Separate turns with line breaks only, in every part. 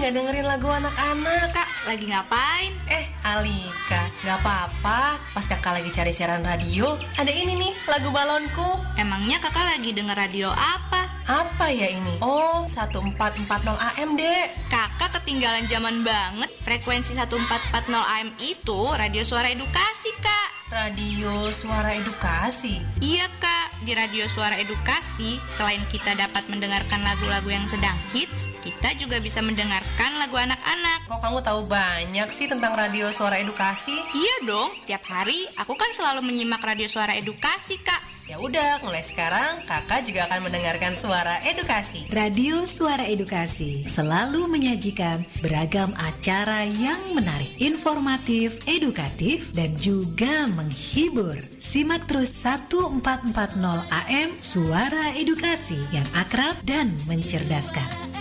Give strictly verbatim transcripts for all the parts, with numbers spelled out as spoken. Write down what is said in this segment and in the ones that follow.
nggak dengerin lagu anak-anak.
Kak, lagi ngapain?
Eh, Alika, nggak apa-apa. Pas kakak lagi cari siaran radio, ada ini nih, lagu balonku.
Emangnya kakak lagi denger radio apa?
Apa ya ini? Oh, seratus empat puluh empat nol A M, Dek.
Kakak ketinggalan zaman banget. Frekuensi seratus empat puluh empat nol A M itu radio suara edukasi, Kak.
Radio suara edukasi?
Iya, Kak. Di radio suara edukasi, selain kita dapat mendengarkan lagu-lagu yang sedang hits, kita juga bisa mendengarkan lagu anak-anak.
Kok kamu tahu banyak sih tentang radio suara edukasi?
Iya dong, tiap hari aku kan selalu menyimak radio suara edukasi, Kak.
Ya udah, mulai sekarang kakak juga akan mendengarkan suara edukasi.
Radio Suara Edukasi selalu menyajikan beragam acara yang menarik, informatif, edukatif, dan juga menghibur. Simak terus seratus empat puluh empat nol A M Suara Edukasi yang akrab dan mencerdaskan.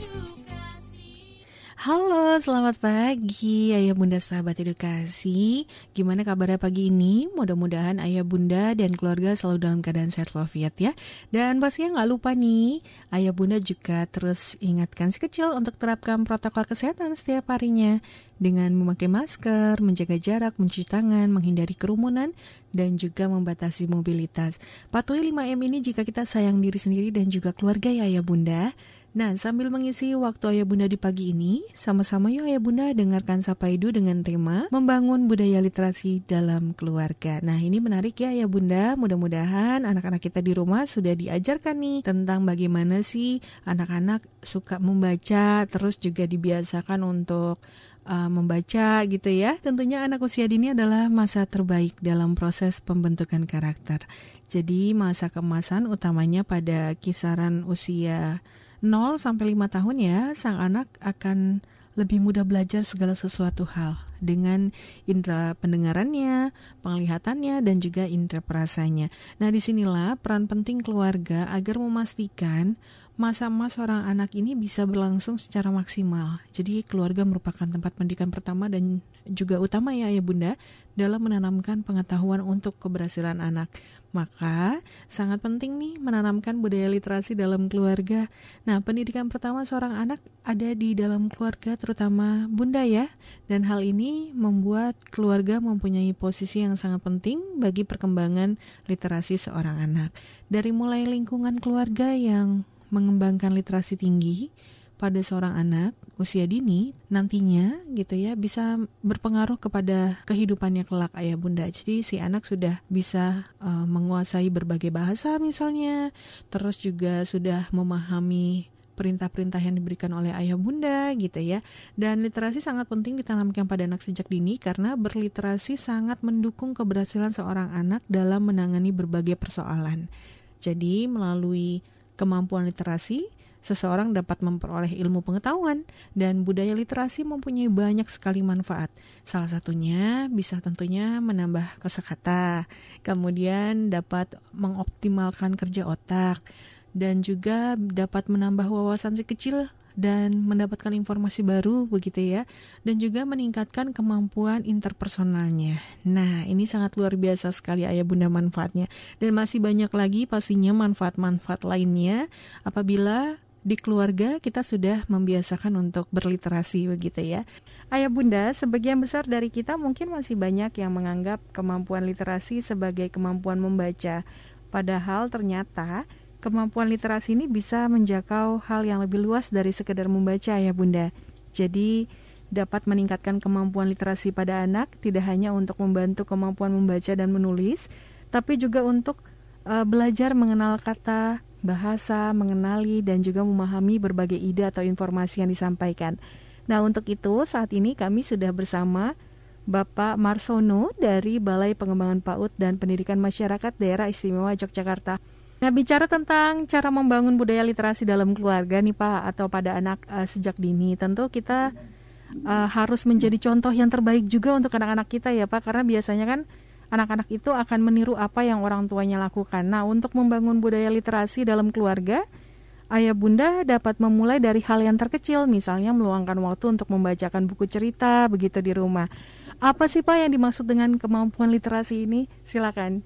Halo, selamat pagi Ayah Bunda sahabat edukasi. Gimana kabarnya pagi ini? Mudah-mudahan Ayah Bunda dan keluarga selalu dalam keadaan sehat walafiat ya. Dan pastinya gak lupa nih, Ayah Bunda juga terus ingatkan si kecil untuk terapkan protokol kesehatan setiap harinya dengan memakai masker, menjaga jarak, mencuci tangan, menghindari kerumunan, dan juga membatasi mobilitas. Patuhi lima M ini jika kita sayang diri sendiri dan juga keluarga ya Ayah Bunda. Nah, sambil mengisi waktu Ayah Bunda di pagi ini, sama-sama yuk Ayah Bunda dengarkan Sapa Edu dengan tema Membangun Budaya Literasi dalam Keluarga. Nah, ini menarik ya Ayah Bunda, mudah-mudahan anak-anak kita di rumah sudah diajarkan nih tentang bagaimana sih anak-anak suka membaca, terus juga dibiasakan untuk uh, membaca gitu ya. Tentunya anak usia dini adalah masa terbaik dalam proses pembentukan karakter. Jadi masa keemasan utamanya pada kisaran usia nol sampai lima tahun ya, sang anak akan lebih mudah belajar segala sesuatu hal dengan indera pendengarannya, penglihatannya, dan juga indera perasanya. Nah, disinilah peran penting keluarga agar memastikan masa-masa seorang anak ini bisa berlangsung secara maksimal. Jadi keluarga merupakan tempat pendidikan pertama dan juga utama ya Ayah Bunda dalam menanamkan pengetahuan untuk keberhasilan anak. Maka sangat penting nih menanamkan budaya literasi dalam keluarga. Nah, pendidikan pertama seorang anak ada di dalam keluarga, terutama Bunda ya. Dan hal ini membuat keluarga mempunyai posisi yang sangat penting bagi perkembangan literasi seorang anak. Dari mulai lingkungan keluarga yang mengembangkan literasi tinggi pada seorang anak usia dini nantinya gitu ya bisa berpengaruh kepada kehidupannya kelak Ayah Bunda. Jadi si anak sudah bisa uh, menguasai berbagai bahasa misalnya, terus juga sudah memahami perintah-perintah yang diberikan oleh Ayah Bunda gitu ya. Dan literasi sangat penting ditanamkan pada anak sejak dini karena berliterasi sangat mendukung keberhasilan seorang anak dalam menangani berbagai persoalan. Jadi melalui kemampuan literasi, seseorang dapat memperoleh ilmu pengetahuan dan budaya literasi mempunyai banyak sekali manfaat. Salah satunya bisa tentunya menambah kosakata, kemudian dapat mengoptimalkan kerja otak, dan juga dapat menambah wawasan si kecil dan mendapatkan informasi baru begitu ya, dan juga meningkatkan kemampuan interpersonalnya. Nah, ini sangat luar biasa sekali Ayah Bunda manfaatnya, dan masih banyak lagi pastinya manfaat-manfaat lainnya apabila di keluarga kita sudah membiasakan untuk berliterasi begitu ya. Ayah Bunda, sebagian besar dari kita mungkin masih banyak yang menganggap kemampuan literasi sebagai kemampuan membaca, padahal ternyata kemampuan literasi ini bisa menjangkau hal yang lebih luas dari sekedar membaca ya Bunda. Jadi dapat meningkatkan kemampuan literasi pada anak tidak hanya untuk membantu kemampuan membaca dan menulis, tapi juga untuk uh, belajar mengenal kata, bahasa, mengenali dan juga memahami berbagai ide atau informasi yang disampaikan. Nah, untuk itu saat ini kami sudah bersama Bapak Marsono dari Balai Pengembangan PAUD dan Pendidikan Masyarakat Daerah Istimewa Yogyakarta. Nah, bicara tentang cara membangun budaya literasi dalam keluarga nih Pak, atau pada anak uh, sejak dini, tentu kita uh, harus menjadi contoh yang terbaik juga untuk anak-anak kita ya Pak, karena biasanya kan anak-anak itu akan meniru apa yang orang tuanya lakukan. Nah, untuk membangun budaya literasi dalam keluarga, Ayah Bunda dapat memulai dari hal yang terkecil, misalnya meluangkan waktu untuk membacakan buku cerita begitu di rumah. Apa sih Pak yang dimaksud dengan kemampuan literasi ini? Silakan.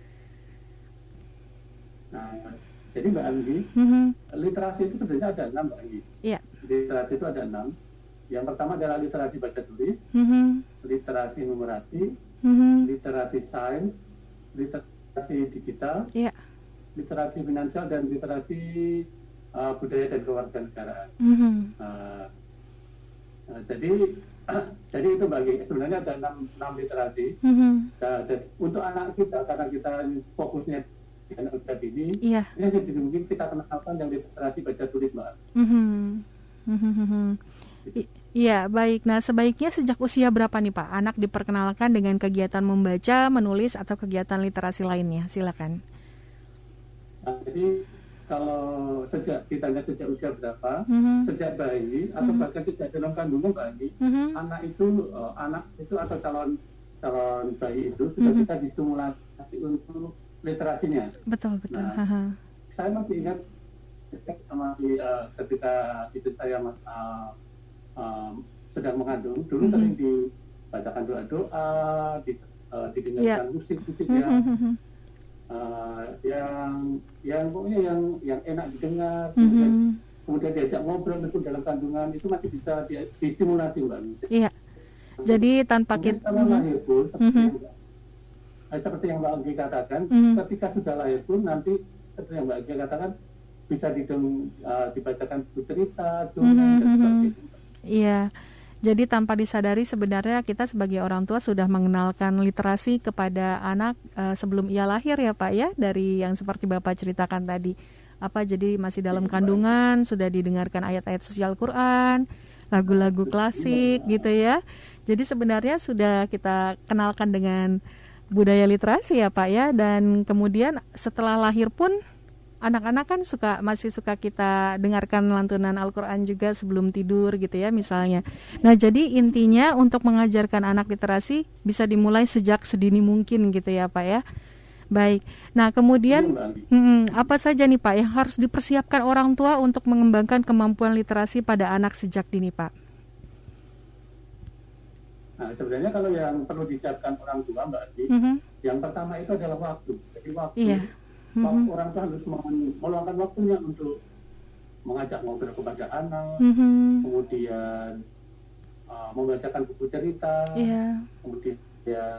Nah, jadi Mbak Anggi,
Mm-hmm.
literasi itu sebenarnya ada enam Mbak Anggi.
Iya.
Literasi itu ada enam. yang pertama adalah literasi baca tulis,
mm-hmm.
literasi numerasi,
Mm-hmm.
literasi sains, literasi digital,
yeah.
literasi finansial, dan literasi uh, budaya dan kewarganegaraan.
Mm-hmm.
Uh, uh, jadi jadi itu bagi sebenarnya ada enam, enam literasi.
Mm-hmm.
Nah, dan untuk anak kita, karena kita fokusnya di anak usia dini,
yeah.
ini jadi mungkin kita kenalkan yang literasi baca tulis, Mbak.
Mm-hmm. Mm-hmm. I- Iya, baik. Nah, sebaiknya sejak usia berapa nih Pak anak diperkenalkan dengan kegiatan membaca, menulis, atau kegiatan literasi lainnya? Silakan.
Nah, jadi kalau sejak ditanya sejak usia berapa,
Mm-hmm.
sejak bayi atau
Mm-hmm.
bahkan sejak dalam kandungan bayi,
Mm-hmm.
anak itu uh, anak itu atau calon calon bayi itu sudah
Mm-hmm.
bisa distimulasi untuk literasinya.
Betul, betul.
Nah,
Haha.
saya masih ingat sama uh, ketika itu saya uh, um, sedang mengandung, dulu
Mm-hmm.
sering dibacakan doa-doa, di, uh, didengarkan
Yeah.
musik-musik yang
Mm-hmm.
uh, yang yang pokoknya yang yang enak didengar,
Mm-hmm.
kemudian, kemudian diajak ngobrol itu dalam kandungan itu masih bisa di, distimulasi, Mbak.
Iya. Jadi tanpa
Kemudian
kita.
kalau
Mm-hmm.
lahir pun seperti,
Mm-hmm.
yang, eh, seperti yang Mbak Anggi katakan,
Mm-hmm.
ketika sudah lahir pun nanti seperti yang Mbak Anggi katakan bisa dideng, uh, dibacakan buku cerita, dongeng,
Mm-hmm.
dan sebagainya.
Iya. Jadi tanpa disadari sebenarnya kita sebagai orang tua sudah mengenalkan literasi kepada anak uh, sebelum ia lahir ya Pak ya, dari yang seperti Bapak ceritakan tadi. Apa jadi masih dalam kandungan sudah didengarkan ayat-ayat suci Al-Qur'an, lagu-lagu klasik gitu ya. Jadi sebenarnya sudah kita kenalkan dengan budaya literasi ya Pak ya, dan kemudian setelah lahir pun anak-anak kan suka masih suka kita dengarkan lantunan Al-Qur'an juga sebelum tidur gitu ya misalnya. Nah, jadi intinya untuk mengajarkan anak literasi bisa dimulai sejak sedini mungkin gitu ya Pak ya. Baik. Nah, kemudian hmm, apa saja nih Pak yang harus dipersiapkan orang tua untuk mengembangkan kemampuan literasi pada anak sejak dini, Pak?
Nah, sebenarnya kalau yang perlu disiapkan orang tua, Mbak Adi,
Mm-hmm.
yang pertama itu adalah waktu. Jadi waktu,
Iya.
waktu
Mm-hmm.
orang tua harus meng- meluangkan waktunya untuk mengajak ngobrol kepada anak,
Mm-hmm.
kemudian uh, membacakan buku cerita,
Iya.
kemudian ya,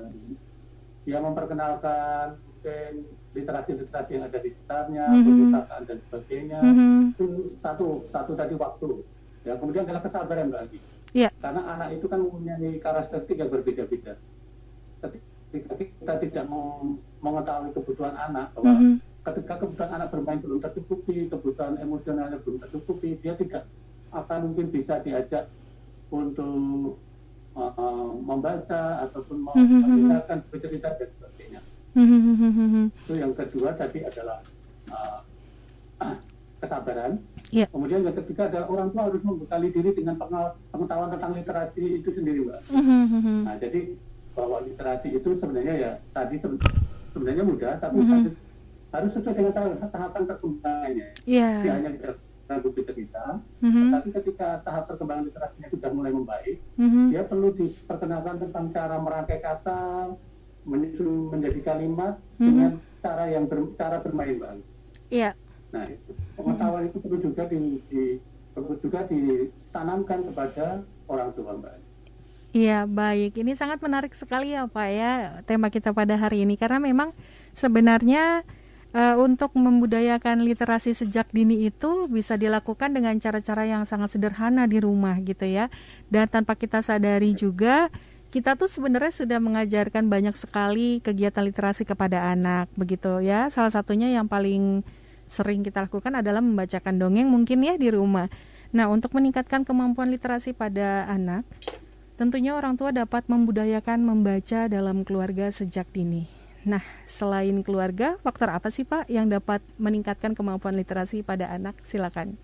ya memperkenalkan mungkin literasi-literasi yang ada di sekitarnya,
Mhm.
perpustakaan dan sebagainya.
Mm-hmm.
Itu satu, satu tadi waktu. Ya, kemudian adalah kesabaran, Mbak Agi.
Iya.
Karena anak itu kan mempunyai karakteristik yang berbeda-beda. Ketika kita tidak mau mengetahui kebutuhan anak, bahwa
Mhm.
ketika kebutuhan anak bermain belum tercukupi, kebutuhan emosionalnya belum tercukupi, dia tidak akan mungkin bisa diajak untuk uh, membaca ataupun mau
Mhm.
mendengarkan bercerita dan sebagainya.
Mm-hmm.
Itu yang kedua tadi adalah uh, kesabaran.
Iya.
Kemudian yang ketiga adalah orang tua harus membekali diri dengan pengal- pengetahuan tentang literasi itu sendiri, Mbak.
Mm-hmm.
Nah, jadi bahwa literasi itu sebenarnya ya tadi se- sebenarnya mudah, tapi
Mhm.
harus, harus sesuai dengan tahap- tahapan perkembangannya.
Iya.
Tidak hanya dalam buku cerita,
Mhm.
tapi ketika tahap perkembangan literasinya sudah mulai membaik,
Mhm.
dia perlu diperkenalkan tentang cara merangkai kata, menyusun menjadi kalimat
Mhm.
dengan cara yang ber, cara bermain, Bang.
Iya.
Nah, itu, pengetahuan itu perlu juga di, di perlu juga ditanamkan kepada orang tua, Mbak.
Iya, baik. Ini sangat menarik sekali ya Pak ya tema kita pada hari ini, karena memang sebenarnya uh, untuk membudayakan literasi sejak dini itu bisa dilakukan dengan cara-cara yang sangat sederhana di rumah gitu ya. Dan tanpa kita sadari juga kita tuh sebenarnya sudah mengajarkan banyak sekali kegiatan literasi kepada anak begitu ya. Salah satunya yang paling sering kita lakukan adalah membacakan dongeng mungkin ya di rumah. Nah, untuk meningkatkan kemampuan literasi pada anak, tentunya orang tua dapat membudayakan membaca dalam keluarga sejak dini. Nah, selain keluarga, faktor apa sih Pak yang dapat meningkatkan kemampuan literasi pada anak? Silakan.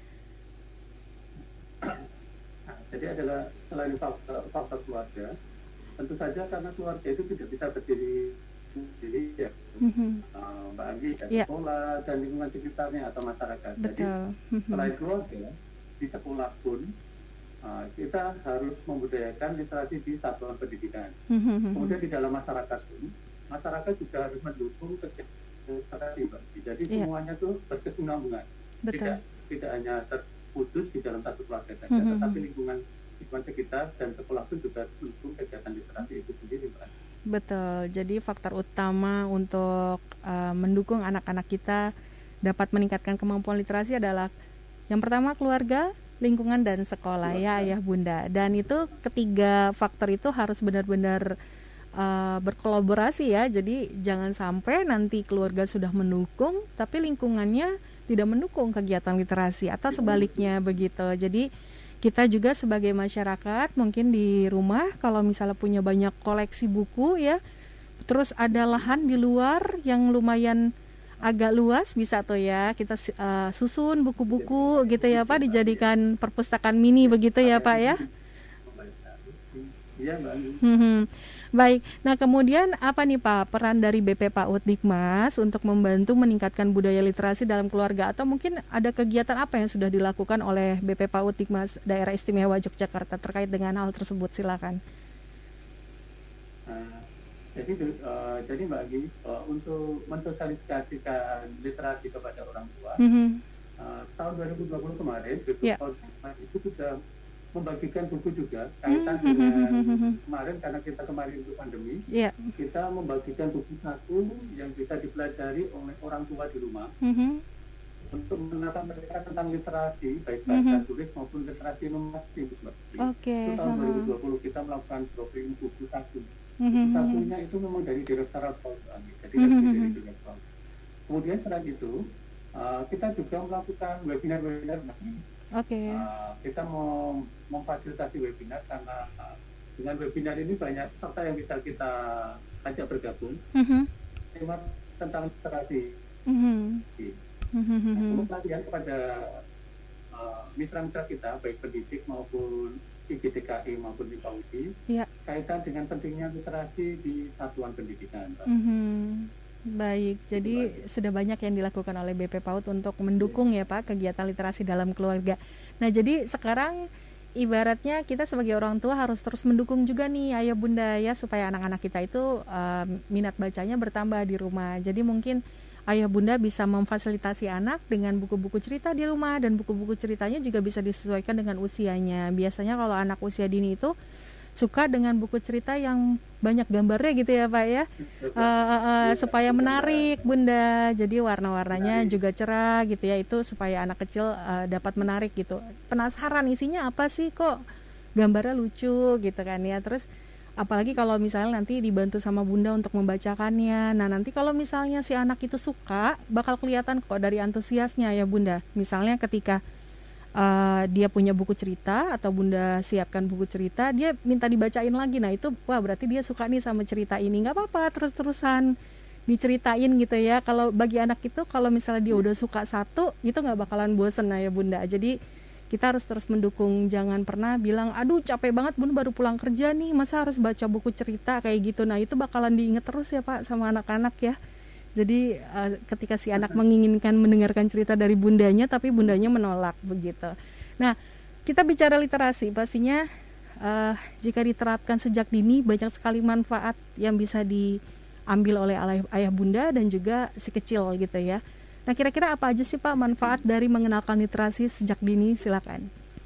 Nah, jadi adalah selain faktor, faktor keluarga, tentu saja karena keluarga itu tidak bisa berdiri sendiri ya,
Mm-hmm.
uh, Mbak Anggi, dan
Yeah.
sekolah dan lingkungan sekitarnya atau masyarakat. Jadi
Betul. Mm-hmm.
selain keluarga, di sekolah pun uh, kita harus membudayakan literasi di satuan pendidikan.
Mm-hmm.
Kemudian di dalam masyarakat pun, masyarakat juga harus mendukung kegiatan literasi, Mbak Anggi. Jadi
Yeah.
semuanya tuh berkesinambungan.
Betul.
Tidak tidak hanya ter, khusus di dalam satu keluarga saja,
Mhm.
tetapi lingkungan lingkungan sekitar dan sekolah pun juga mendukung kegiatan literasi itu sendiri, Mbak.
Betul. Jadi faktor utama untuk uh, mendukung anak-anak kita dapat meningkatkan kemampuan literasi adalah yang pertama keluarga, lingkungan dan sekolah ya ayah bunda. Dan itu ketiga faktor itu harus benar-benar uh, berkolaborasi ya. Jadi jangan sampai nanti keluarga sudah mendukung tapi lingkungannya tidak mendukung kegiatan literasi atau sebaliknya begitu. Jadi kita juga sebagai masyarakat mungkin di rumah kalau misalnya punya banyak koleksi buku ya, terus ada lahan di luar yang lumayan agak luas, bisa tuh ya kita uh, susun buku-buku gitu ya Pak, dijadikan perpustakaan mini begitu ya Pak ya.
Iya, Mbak.
Hmm, baik. Nah kemudian apa nih Pak peran dari B P PAUD Dikmas untuk membantu meningkatkan budaya literasi dalam keluarga, atau mungkin ada kegiatan apa yang sudah dilakukan oleh B P PAUD Dikmas Daerah Istimewa Yogyakarta terkait dengan hal tersebut? Silakan.
Nah, jadi uh, jadi Mbak Agi, uh, untuk mensosialisasikan literasi kepada orang tua,
Hmm.
uh, tahun dua ribu dua puluh kemarin B P
Ya.
PAUD Dikmas itu sudah membagikan buku juga kaitan
Hmm.
dengan kemarin, karena kita kemarin itu pandemi,
Ya.
kita membagikan buku saku yang bisa dipelajari oleh orang tua di rumah
Hmm.
untuk mengenalkan mereka tentang literasi, baik bahasa
Mhm.
tulis maupun literasi numasi.
Oke.
Itu tahun dua ribu
Ha-ha.
dua puluh kita melakukan dropping buku saku.
Mhm.
Satunya itu memang dari Direktorat PAUD, jadi
Mhm.
dari Direktorat. Kemudian selain itu uh, kita juga melakukan webinar-webinar.
Oke.
Uh, kita mau memfasilitasi webinar karena uh, dengan webinar ini banyak peserta yang bisa kita ajak bergabung
Mhm.
tema tentang literasi.
Mhm.
Nah,
Mhm.
untuk pelatihan kepada uh, mitra-mitra kita baik pendidik maupun I G D K I maupun I P A U D I
Ya.
kaitan dengan pentingnya literasi di satuan pendidikan, Mbak.
Mhm. Baik, jadi sudah banyak yang dilakukan oleh B P PAUD untuk mendukung ya Pak kegiatan literasi dalam keluarga. Nah jadi sekarang ibaratnya kita sebagai orang tua harus terus mendukung juga nih ayah bunda ya, supaya anak-anak kita itu uh, minat bacanya bertambah di rumah. Jadi mungkin ayah bunda bisa memfasilitasi anak dengan buku-buku cerita di rumah, dan buku-buku ceritanya juga bisa disesuaikan dengan usianya. Biasanya kalau anak usia dini itu suka dengan buku cerita yang banyak gambarnya gitu ya Pak ya, uh, uh, uh, supaya menarik bunda, jadi warna-warnanya juga cerah gitu ya, itu supaya anak kecil uh, dapat menarik gitu, penasaran isinya apa sih, kok gambarnya lucu gitu kan ya. Terus apalagi kalau misalnya nanti dibantu sama bunda untuk membacakannya, nah nanti kalau misalnya si anak itu suka, bakal kelihatan kok dari antusiasnya ya bunda. Misalnya ketika Uh, dia punya buku cerita atau bunda siapkan buku cerita, dia minta dibacain lagi, nah itu wah berarti dia suka nih sama cerita ini. Nggak apa-apa terus-terusan diceritain gitu ya. Kalau bagi anak itu kalau misalnya dia udah suka satu, itu nggak bakalan bosen nah ya bunda. Jadi kita harus terus mendukung, jangan pernah bilang aduh capek banget bunda baru pulang kerja nih masa harus baca buku cerita kayak gitu. Nah itu bakalan diinget terus ya Pak sama anak-anak ya. Jadi uh, ketika si anak menginginkan mendengarkan cerita dari bundanya, tapi bundanya menolak begitu. Nah, kita bicara literasi, pastinya uh, jika diterapkan sejak dini banyak sekali manfaat yang bisa diambil oleh ayah bunda dan juga si kecil gitu ya. Nah, kira-kira apa aja sih Pak manfaat dari mengenalkan literasi sejak dini? Silakan.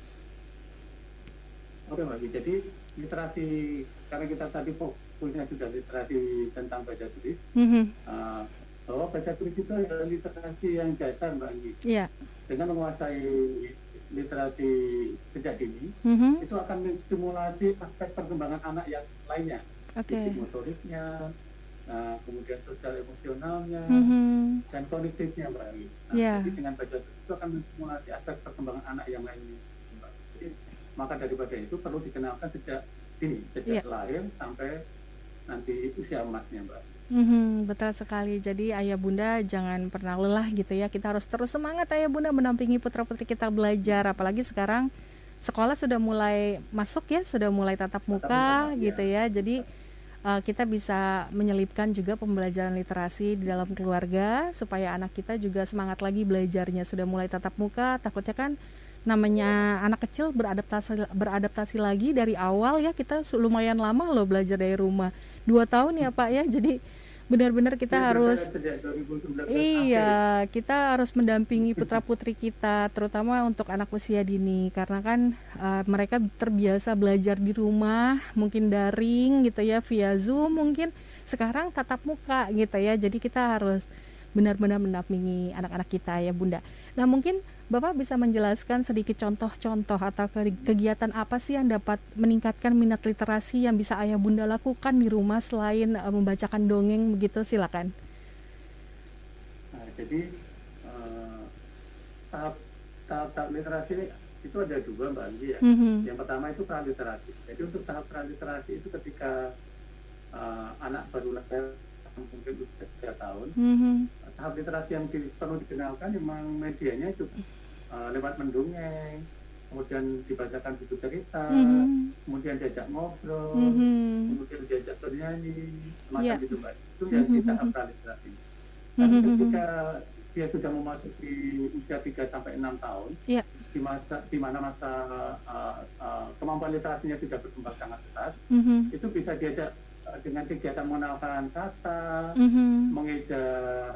Oke Mbak, jadi literasi, karena kita tadi fokusnya sudah literasi tentang baca tulis,
Mm-hmm.
uh, bahwa baca tulis itu adalah literasi yang dasar Mbak Anggi.
Iya.
Dengan menguasai literasi sejak dini,
Mm-hmm.
itu akan menstimulasi aspek perkembangan anak yang lainnya,
Oke.
fisik motoriknya, nah, kemudian sosial emosionalnya,
Mm-hmm.
dan kognitifnya Mbak Anggi. Nah,
Yeah.
Jadi dengan baca tulis itu akan menstimulasi aspek perkembangan anak yang lainnya, Mbak. Jadi, maka daripada itu perlu dikenalkan sejak dini, sejak
Yeah.
lahir sampai nanti usia emasnya Mbak.
Mm-hmm, betul sekali. Jadi ayah bunda jangan pernah lelah gitu ya. Kita harus terus semangat ayah bunda mendampingi putra putri kita belajar. Apalagi sekarang sekolah sudah mulai masuk ya, sudah mulai tatap muka gitu ya. Jadi uh, kita bisa menyelipkan juga pembelajaran literasi di dalam keluarga supaya anak kita juga semangat lagi belajarnya. Sudah mulai tatap muka, takutnya kan namanya anak kecil beradaptasi beradaptasi lagi dari awal ya. Kita lumayan lama loh belajar dari rumah, dua tahun ya Pak ya. Jadi benar-benar kita
Ini
harus
berjalan sejak dua ribu sembilan belas
iya,
akhir.
kita harus mendampingi putra-putri kita, terutama untuk anak usia dini, karena kan uh, mereka terbiasa belajar di rumah, mungkin daring gitu ya, via Zoom, mungkin sekarang tatap muka gitu ya. Jadi kita harus benar-benar mendampingi anak-anak kita ya Bunda. Nah, mungkin Bapak bisa menjelaskan sedikit contoh-contoh atau kegiatan apa sih yang dapat meningkatkan minat literasi yang bisa Ayah Bunda lakukan di rumah selain uh, membacakan dongeng begitu, silakan.
Nah, jadi eh, tahap tahap tahap literasi itu ada dua Mbak Anggi ya.
Mm-hmm.
Yang pertama itu praliterasi. Jadi untuk tahap praliterasi itu ketika eh, anak baru lahir mungkin usia tiga tahun,
Mm-hmm.
tahap literasi yang di, perlu dikenalkan memang medianya itu uh, lewat mendongeng, kemudian dibacakan buku cerita,
Mm-hmm.
kemudian diajak ngobrol,
Mm-hmm.
kemudian diajak bernyanyi, semacam
Yeah.
itu Mbak. Itu yang di tahap praliterasi. Tapi
Mm-hmm.
ketika dia sudah memasuki usia tiga sampai enam tahun,
Yeah.
di masa di mana masa uh, uh, kemampuan literasinya sudah berkembang sangat pesat,
Mm-hmm.
itu bisa diajak uh, dengan kegiatan mengenalkan kata,
Mm-hmm.
mengeja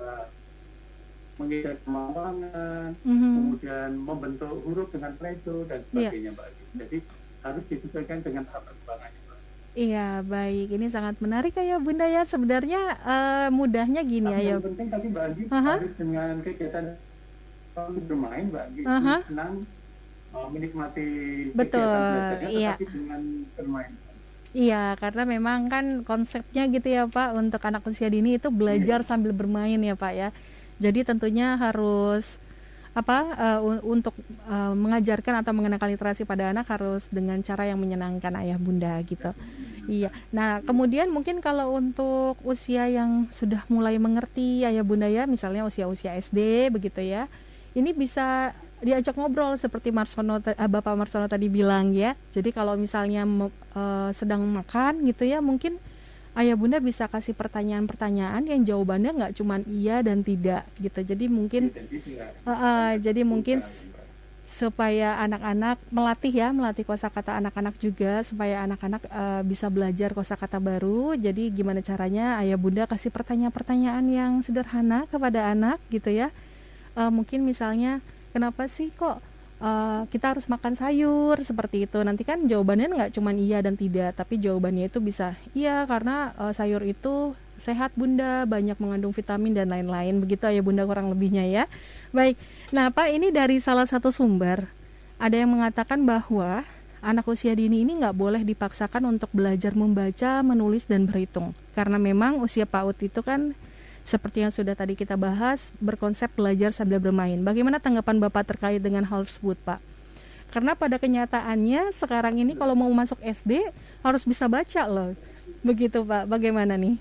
mengeja kemampuan,
Mm-hmm.
kemudian membentuk huruf dengan Play-Doh dan sebagainya, Mbak. Jadi harus disesuaikan dengan tahap perkembangannya, Mbak.
Iya, baik. Ini sangat menarik ya Bunda ya. Sebenarnya eh, mudahnya gini
Tapi
ya.
yang penting tadi Mbak Andi
Aha.
harus dengan kegiatan bermain, Mbak Andi
Aha.
senang uh, menikmati
Betul,
kegiatan belajarnya,
iya.
tetapi dengan bermain.
Iya, karena memang kan konsepnya gitu ya Pak, untuk anak usia dini itu belajar sambil bermain ya Pak ya. Jadi tentunya harus apa uh, un- untuk uh, mengajarkan atau mengenalkan literasi pada anak harus dengan cara yang menyenangkan Ayah Bunda gitu. Iya. Nah, kemudian mungkin kalau untuk usia yang sudah mulai mengerti Ayah Bunda ya, misalnya usia-usia S D begitu ya. Ini bisa diajak ngobrol seperti Marsono uh, Bapak Marsono tadi bilang ya. Jadi kalau misalnya uh, sedang makan gitu ya, mungkin Ayah Bunda bisa kasih pertanyaan-pertanyaan yang jawabannya nggak cuma iya dan tidak gitu. Jadi mungkin
Jadi, tidak
uh, uh, jadi mungkin
bukan, Mbak.
supaya anak-anak melatih ya, melatih kosakata anak-anak juga, supaya anak-anak uh, bisa belajar kosakata baru. Jadi gimana caranya Ayah Bunda kasih pertanyaan-pertanyaan yang sederhana kepada anak gitu ya. Uh, mungkin misalnya kenapa sih kok uh, kita harus makan sayur seperti itu. Nanti kan jawabannya nggak cuma iya dan tidak, tapi jawabannya itu bisa iya karena uh, sayur itu sehat Bunda, banyak mengandung vitamin dan lain-lain. Begitu Ayah Bunda kurang lebihnya ya. Baik, nah Pak, ini dari salah satu sumber ada yang mengatakan bahwa anak usia dini ini nggak boleh dipaksakan untuk belajar membaca, menulis dan berhitung, karena memang usia PAUD itu kan seperti yang sudah tadi kita bahas, berkonsep belajar sambil bermain. Bagaimana tanggapan Bapak terkait dengan hal tersebut, Pak? Karena pada kenyataannya sekarang ini kalau mau masuk S D harus bisa baca loh. Begitu Pak, bagaimana nih?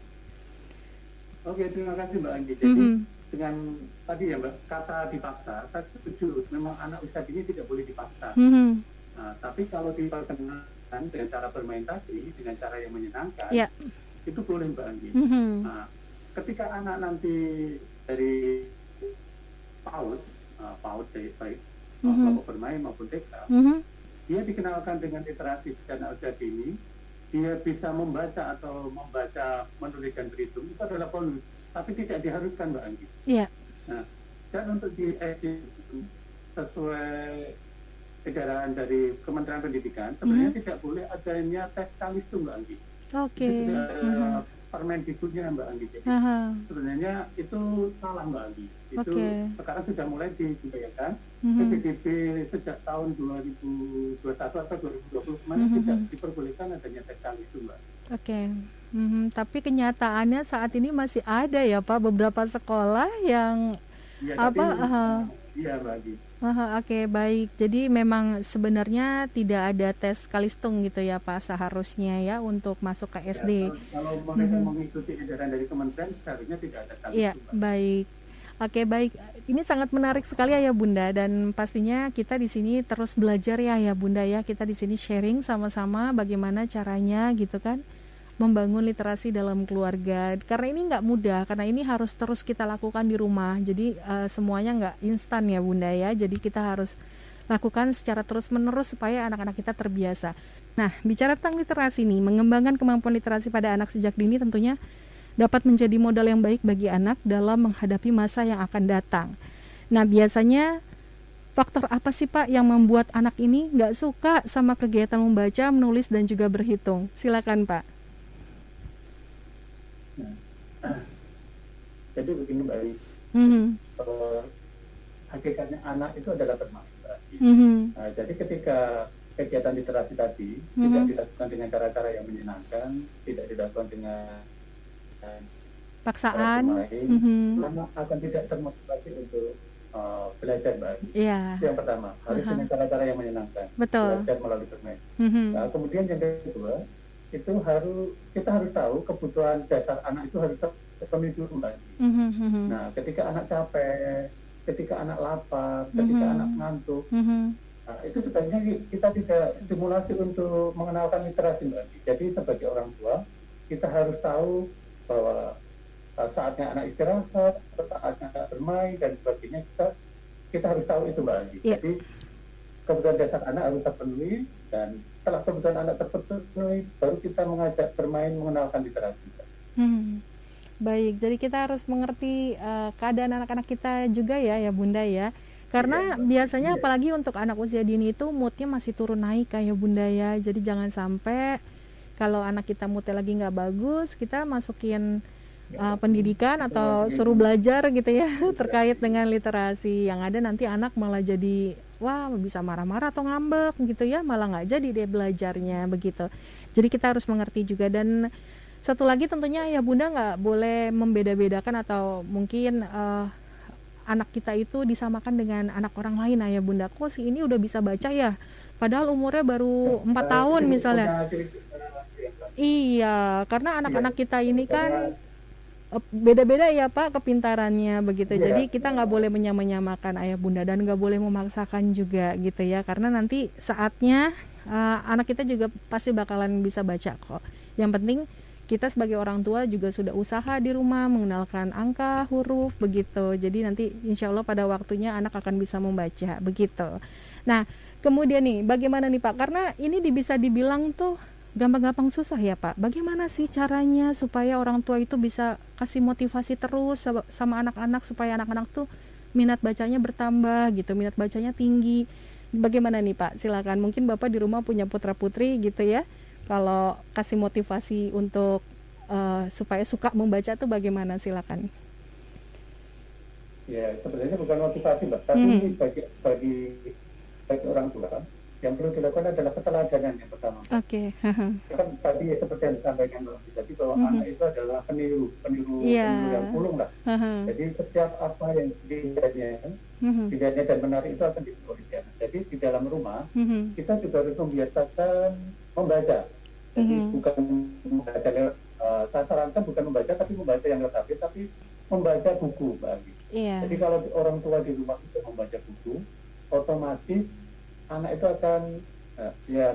Oke, terima kasih Mbak Anggi. Jadi
Mhm.
dengan tadi ya Mbak, kata dipaksa, saya setuju. Memang anak usia dini tidak boleh dipaksa.
Mhm.
Nah, tapi kalau diperkenalkan dengan cara bermain tadi, dengan cara yang menyenangkan,
Ya.
itu boleh Mbak Anggi.
Mhm.
Nah, ketika anak nanti dari PAUD, uh, PAUD baik, baik uh,
Mhm.
kelompok bermain maupun T K,
Mhm.
dia dikenalkan dengan literasi dan usia dini, dia bisa membaca atau membaca, menulis dan berhitung, itu adalah bonus, tapi tidak diharuskan Mbak Anggi.
Iya.
Nah, dan untuk di S D sesuai edaran dari Kementerian Pendidikan, sebenarnya tidak boleh adanya tes kalistung Mbak Anggi.
Oke.
Itu sudah ada
Mhm.
Permendikbudnya Mbak Anggi. Jadi
Aha.
sebenarnya itu salah Mbak Anggi. Itu
Oke.
sekarang sudah mulai diupayakan.
Mhm.
P P D B sejak tahun dua ribu dua puluh satu atau dua ribu dua puluh kemarin
Mhm.
tidak diperbolehkan adanya tes kalistung Mbak.
Oke. Mhm. Tapi kenyataannya saat ini masih ada ya Pak beberapa sekolah yang
Ya,
apa?
tapi,
Aha.
iya Mbak Anggi.
Aha, oke, baik. Jadi memang sebenarnya tidak ada tes kalistung gitu ya Pak seharusnya ya untuk masuk ke S D.
Ya, kalau, kalau mereka
Mhm.
mengikuti edaran dari kementerian seharusnya tidak ada kalistung
Iya,
Mbak.
baik. Oke, baik. Ini sangat menarik sekali ya Bunda, dan pastinya kita di sini terus belajar ya ya Bunda ya. Kita di sini sharing sama-sama bagaimana caranya gitu kan membangun literasi dalam keluarga. Karena ini nggak mudah, karena ini harus terus kita lakukan di rumah. Jadi uh, semuanya nggak instan ya Bunda ya. Jadi kita harus lakukan secara terus-menerus supaya anak-anak kita terbiasa. Nah, bicara tentang literasi nih, mengembangkan kemampuan literasi pada anak sejak dini tentunya dapat menjadi modal yang baik bagi anak dalam menghadapi masa yang akan datang. Nah, biasanya faktor apa sih Pak yang membuat anak ini nggak suka sama kegiatan membaca, menulis, dan juga berhitung? Silakan Pak.
Nah, jadi begini Mbak Ari,
Mm-hmm.
uh, hakikatnya anak itu adalah bermain.
Mm-hmm.
Nah, jadi ketika kegiatan literasi tadi
Mm-hmm.
tidak dilakukan dengan cara-cara yang menyenangkan, tidak dilakukan dengan uh,
Paksaan.
bermain,
Mm-hmm.
anak akan tidak termotivasi untuk uh, belajar Mbak Ari.
Iya.
Itu yang pertama, harus
Uh-huh.
dengan cara-cara yang menyenangkan,
Betul.
belajar melalui bermain.
Mm-hmm.
Nah, kemudian yang kedua, itu harus kita harus tahu kebutuhan dasar anak itu harus terpenuhi dulu Mbak Ari.
Mm-hmm.
Nah, ketika anak capek, ketika anak lapar, ketika
Mhm.
anak ngantuk,
Mm-hmm.
nah, itu sebaiknya kita tidak stimulasi untuk mengenalkan literasi Mbak Andi. Jadi sebagai orang tua, kita harus tahu bahwa uh, saatnya anak istirahat, saatnya anak bermain dan sebagainya, kita kita harus tahu itu Mbak Andi.
Yeah.
Jadi kebutuhan dasar anak harus terpenuhi, dan setelah kebutuhan anak terpenuhi, baru kita mengajak bermain, mengenalkan literasi.
Hmm. Baik, jadi kita harus mengerti uh, keadaan anak-anak kita juga ya, ya Bunda ya. Karena
Iya,
biasanya
iya.
apalagi untuk anak usia dini itu moodnya masih turun naik kayak Bunda ya. Jadi jangan sampai kalau anak kita moodnya lagi nggak bagus, kita masukin uh, pendidikan atau suruh belajar gitu ya terkait dengan literasi. Yang ada nanti anak malah jadi wah bisa marah-marah atau ngambek gitu ya, malah nggak jadi dia belajarnya begitu. Jadi kita harus mengerti juga. Dan satu lagi tentunya ya Bunda nggak boleh membeda-bedakan atau mungkin uh, anak kita itu disamakan dengan anak orang lain ya Bunda. Kok si ini udah bisa baca ya, padahal umurnya baru empat tahun misalnya. Iya, karena anak-anak kita ini kan uh, beda-beda ya Pak kepintarannya begitu.
Iya.
Jadi kita nggak boleh menyamakan ayah Bunda dan nggak boleh memaksakan juga gitu ya, karena nanti saatnya uh, anak kita juga pasti bakalan bisa baca kok. Yang penting kita sebagai orang tua juga sudah usaha di rumah mengenalkan angka, huruf begitu. Jadi nanti insya Allah pada waktunya anak akan bisa membaca begitu. Nah kemudian nih bagaimana nih Pak? Karena ini bisa dibilang tuh gampang-gampang susah ya Pak. Bagaimana sih caranya supaya orang tua itu bisa kasih motivasi terus sama anak-anak supaya anak-anak tuh minat bacanya bertambah gitu, minat bacanya tinggi. Bagaimana nih Pak? Silakan, mungkin Bapak di rumah punya putra-putri gitu ya. Kalau kasih motivasi untuk uh, supaya suka membaca tuh bagaimana, silakan.
Ya, sebenarnya bukan motivasi Mbak, tapi
Hmm.
bagi, bagi bagi orang tua yang perlu dilakukan adalah keteladanan yang pertama.
Oke.
Kan tadi seperti yang disampaikan Mbak Tadi bahwa
Mhm.
anak itu adalah peniru, peniru,
Iya.
peniru yang pulung lah. Jadi setiap apa yang dilihatnya, dilihatnya dan menarik itu akan ditiru oleh anak. Jadi di dalam rumah kita juga harus membiasakan membaca. Jadi
Mhm.
bukan membaca lewat uh, sasaran kan bukan membaca tapi membaca yang lengkap, tapi membaca buku Mbak Agi.
Iya.
Jadi kalau orang tua di rumah itu membaca buku, otomatis anak itu akan uh, ya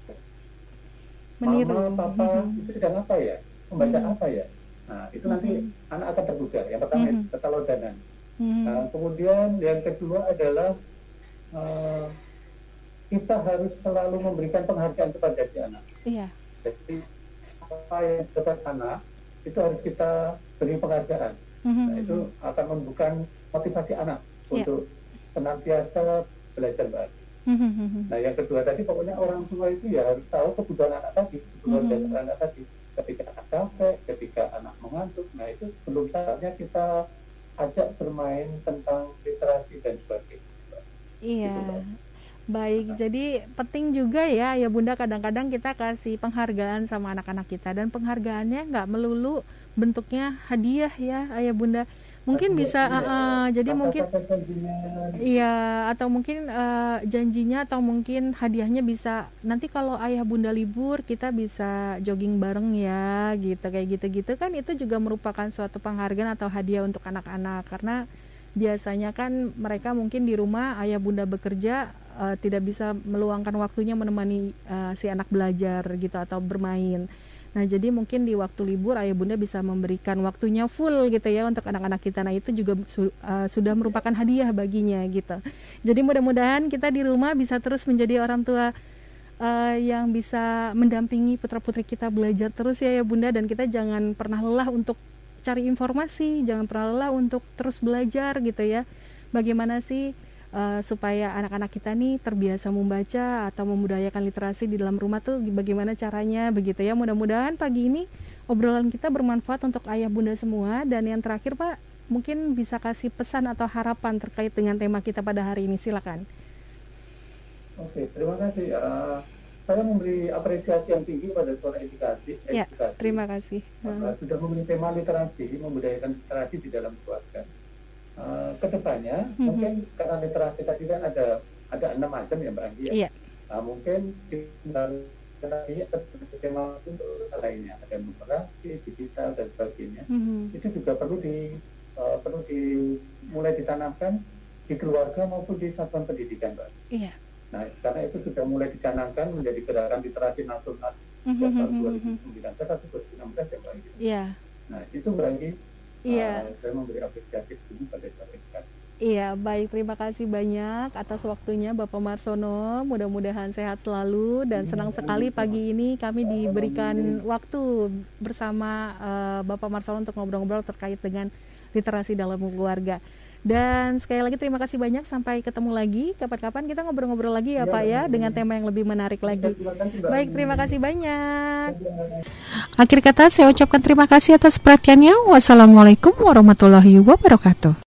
Meniru.
mama, papa
Mhm.
itu sedang apa ya, membaca
Mhm.
apa ya. Nah itu nanti
Mhm.
anak akan terbuka. Yang pertama
Mhm.
itu keteladanan.
Mhm.
Nah, kemudian yang kedua adalah uh, kita harus selalu memberikan penghargaan kepada si anak.
Iya.
Jadi apa yang dapat anak itu harus kita beri penghargaan.
Mhm.
Nah, itu akan membuka motivasi anak
Ya.
untuk senantiasa belajar Mbak.
Mhm.
Nah yang kedua tadi pokoknya orang tua itu ya harus tahu kebutuhan anak tadi, kebutuhan
Mhm.
dasar anak tadi. Ketika anak capek, ketika anak mengantuk, nah itu belum saatnya kita ajak bermain tentang literasi dan sebagainya.
Iya.
Gitu, Mbak.
Baik, jadi penting juga ya ya Bunda, kadang-kadang kita kasih penghargaan sama anak-anak kita, dan penghargaannya nggak melulu bentuknya hadiah ya Ayah Bunda. Mungkin bisa
Iya,
uh, uh, jadi mungkin
kata-kata janjinya.
iya, atau mungkin uh, janjinya atau mungkin hadiahnya bisa nanti kalau Ayah Bunda libur kita bisa jogging bareng ya gitu, kayak gitu-gitu kan, itu juga merupakan suatu penghargaan atau hadiah untuk anak-anak. Karena biasanya kan mereka mungkin di rumah Ayah Bunda bekerja, uh, tidak bisa meluangkan waktunya menemani uh, si anak belajar gitu atau bermain. Nah jadi mungkin di waktu libur Ayah Bunda bisa memberikan waktunya full gitu ya untuk anak-anak kita. Nah itu juga su- uh, sudah merupakan hadiah baginya gitu. Jadi mudah-mudahan kita di rumah bisa terus menjadi orang tua uh, yang bisa mendampingi putra-putri kita belajar terus ya ya Bunda. Dan kita jangan pernah lelah untuk cari informasi, jangan pernah lelah untuk terus belajar gitu ya. Bagaimana sih uh, supaya anak-anak kita nih terbiasa membaca atau membudayakan literasi di dalam rumah tuh bagaimana caranya begitu ya. Mudah-mudahan pagi ini obrolan kita bermanfaat untuk ayah bunda semua. Dan yang terakhir Pak, mungkin bisa kasih pesan atau harapan terkait dengan tema kita pada hari ini, silakan.
Oke, terima kasih. Uh, saya memberi apresiasi yang tinggi pada Suara Edukasi.
Ya,
edukasi.
terima kasih.
Uh, sudah memberi tema literasi, membudayakan literasi di dalam keluarga. Uh, kedepannya, mm-hmm. mungkin karena literasi tadi kan ada ada enam macam ya Mbak Anggi ya.
Iya.
Nah, mungkin literasi ada tema untuk lainnya, ada numerasi, digital dan sebagainya. Mm-hmm. Itu juga perlu di uh, perlu dimulai ditanamkan di keluarga maupun di satuan pendidikan, Mbak. Iya. Nah, karena itu sudah mulai dicanangkan menjadi gerakan literasi nasional sejak mm-hmm. tahun dua ribu sembilan belas atau dua ribu enam belas ya Mbak.
Iya. Nah,
itu berarti
iya.
uh, saya memberi apresiasi ini pada sahabat.
Iya, baik, terima kasih banyak atas waktunya Bapak Marsono. Mudah-mudahan sehat selalu dan senang sekali pagi ini kami diberikan waktu bersama uh, Bapak Marsono untuk ngobrol-ngobrol terkait dengan literasi dalam keluarga. Dan sekali lagi terima kasih banyak, sampai ketemu lagi kapan-kapan kita ngobrol-ngobrol lagi ya, ya Pak ya, dengan tema yang lebih menarik lagi. Baik, terima kasih banyak. Akhir kata saya ucapkan terima kasih atas perhatiannya. Wassalamualaikum warahmatullahi wabarakatuh.